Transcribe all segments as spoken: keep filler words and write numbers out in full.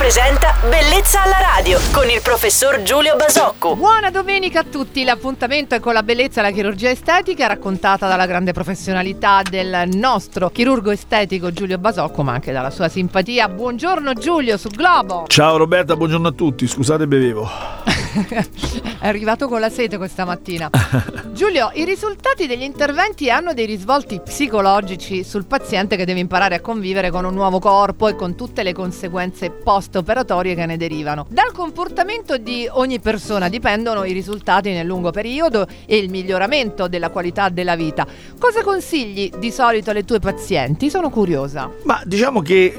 presenta Bellezza alla radio con il professor Giulio Basocco. Buona domenica a tutti, l'appuntamento è con la bellezza e la chirurgia estetica raccontata dalla grande professionalità del nostro chirurgo estetico Giulio Basocco, ma anche dalla sua simpatia. Buongiorno Giulio su Globo. Ciao Roberta, buongiorno a tutti, scusate bevevo. È arrivato con la sete questa mattina. Giulio, i risultati degli interventi hanno dei risvolti psicologici sul paziente che deve imparare a convivere con un nuovo corpo e con tutte le conseguenze post-operatorie che ne derivano. Dal comportamento di ogni persona dipendono i risultati nel lungo periodo e il miglioramento della qualità della vita. Cosa consigli di solito alle tue pazienti? Sono curiosa. Ma diciamo che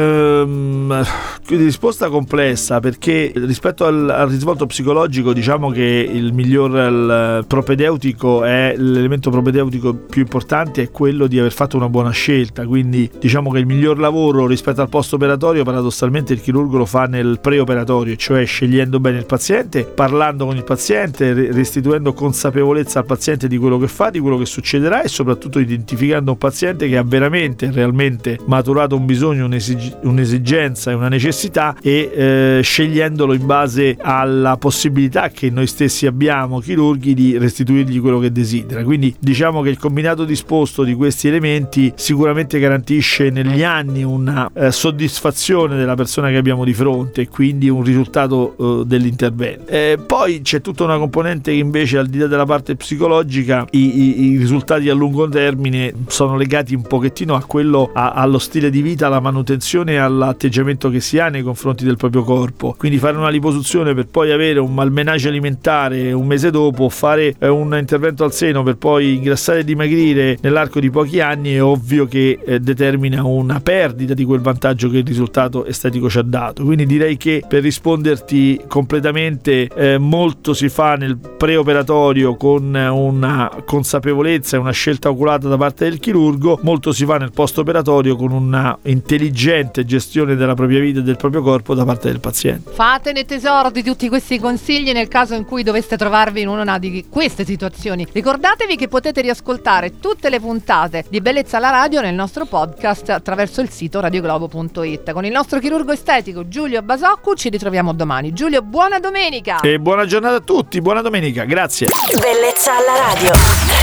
ehm, risposta complessa, perché rispetto al, al risvolto psicologico diciamo che il miglior il propedeutico è l'elemento propedeutico più importante, è quello di aver fatto una buona scelta. Quindi diciamo che il miglior lavoro rispetto al post operatorio paradossalmente il chirurgo lo fa nel preoperatorio, cioè scegliendo bene il paziente, parlando con il paziente, restituendo consapevolezza al paziente di quello che fa, di quello che succederà e soprattutto identificando un paziente che ha veramente realmente maturato un bisogno, un'esig- un'esigenza e una necessità e eh, scegliendolo in base alla possibilità che noi stessi abbiamo chirurghi di restituirgli quello che desidera. Quindi diciamo che il combinato disposto di questi elementi sicuramente garantisce negli anni una eh, soddisfazione della persona che abbiamo di fronte e quindi un risultato eh, dell'intervento. Eh, poi c'è tutta una componente che invece, al di là della parte psicologica, i, i, i risultati a lungo termine sono legati un pochettino a quello, a, allo stile di vita, alla manutenzione e all'atteggiamento che si ha nei confronti del proprio corpo. Quindi fare una liposuzione per poi avere un malmenage alimentare un mese dopo, fare eh, un intervento al seno per poi ingrassare e dimagrire nell'arco di pochi anni, è ovvio che eh, determina una perdita di quel vantaggio che il risultato estetico ci ha dato. Quindi direi che, per risponderti completamente, eh, molto si fa nel preoperatorio con una consapevolezza e una scelta oculata da parte del chirurgo, molto si fa nel post operatorio con una intelligente gestione della propria vita e del proprio corpo da parte del paziente. Fatene tesoro di tutti questi consigli nel caso in cui doveste trovarvi in una di queste situazioni. Ricordatevi che potete riascoltare tutte le puntate di Bellezza alla radio nel nostro podcast attraverso il sito radioglobo punto it. Con il nostro chirurgo estetico Giulio Basocco ci ritroviamo domani. Giulio, buona domenica! E buona giornata a tutti, buona domenica, grazie. Bellezza alla radio.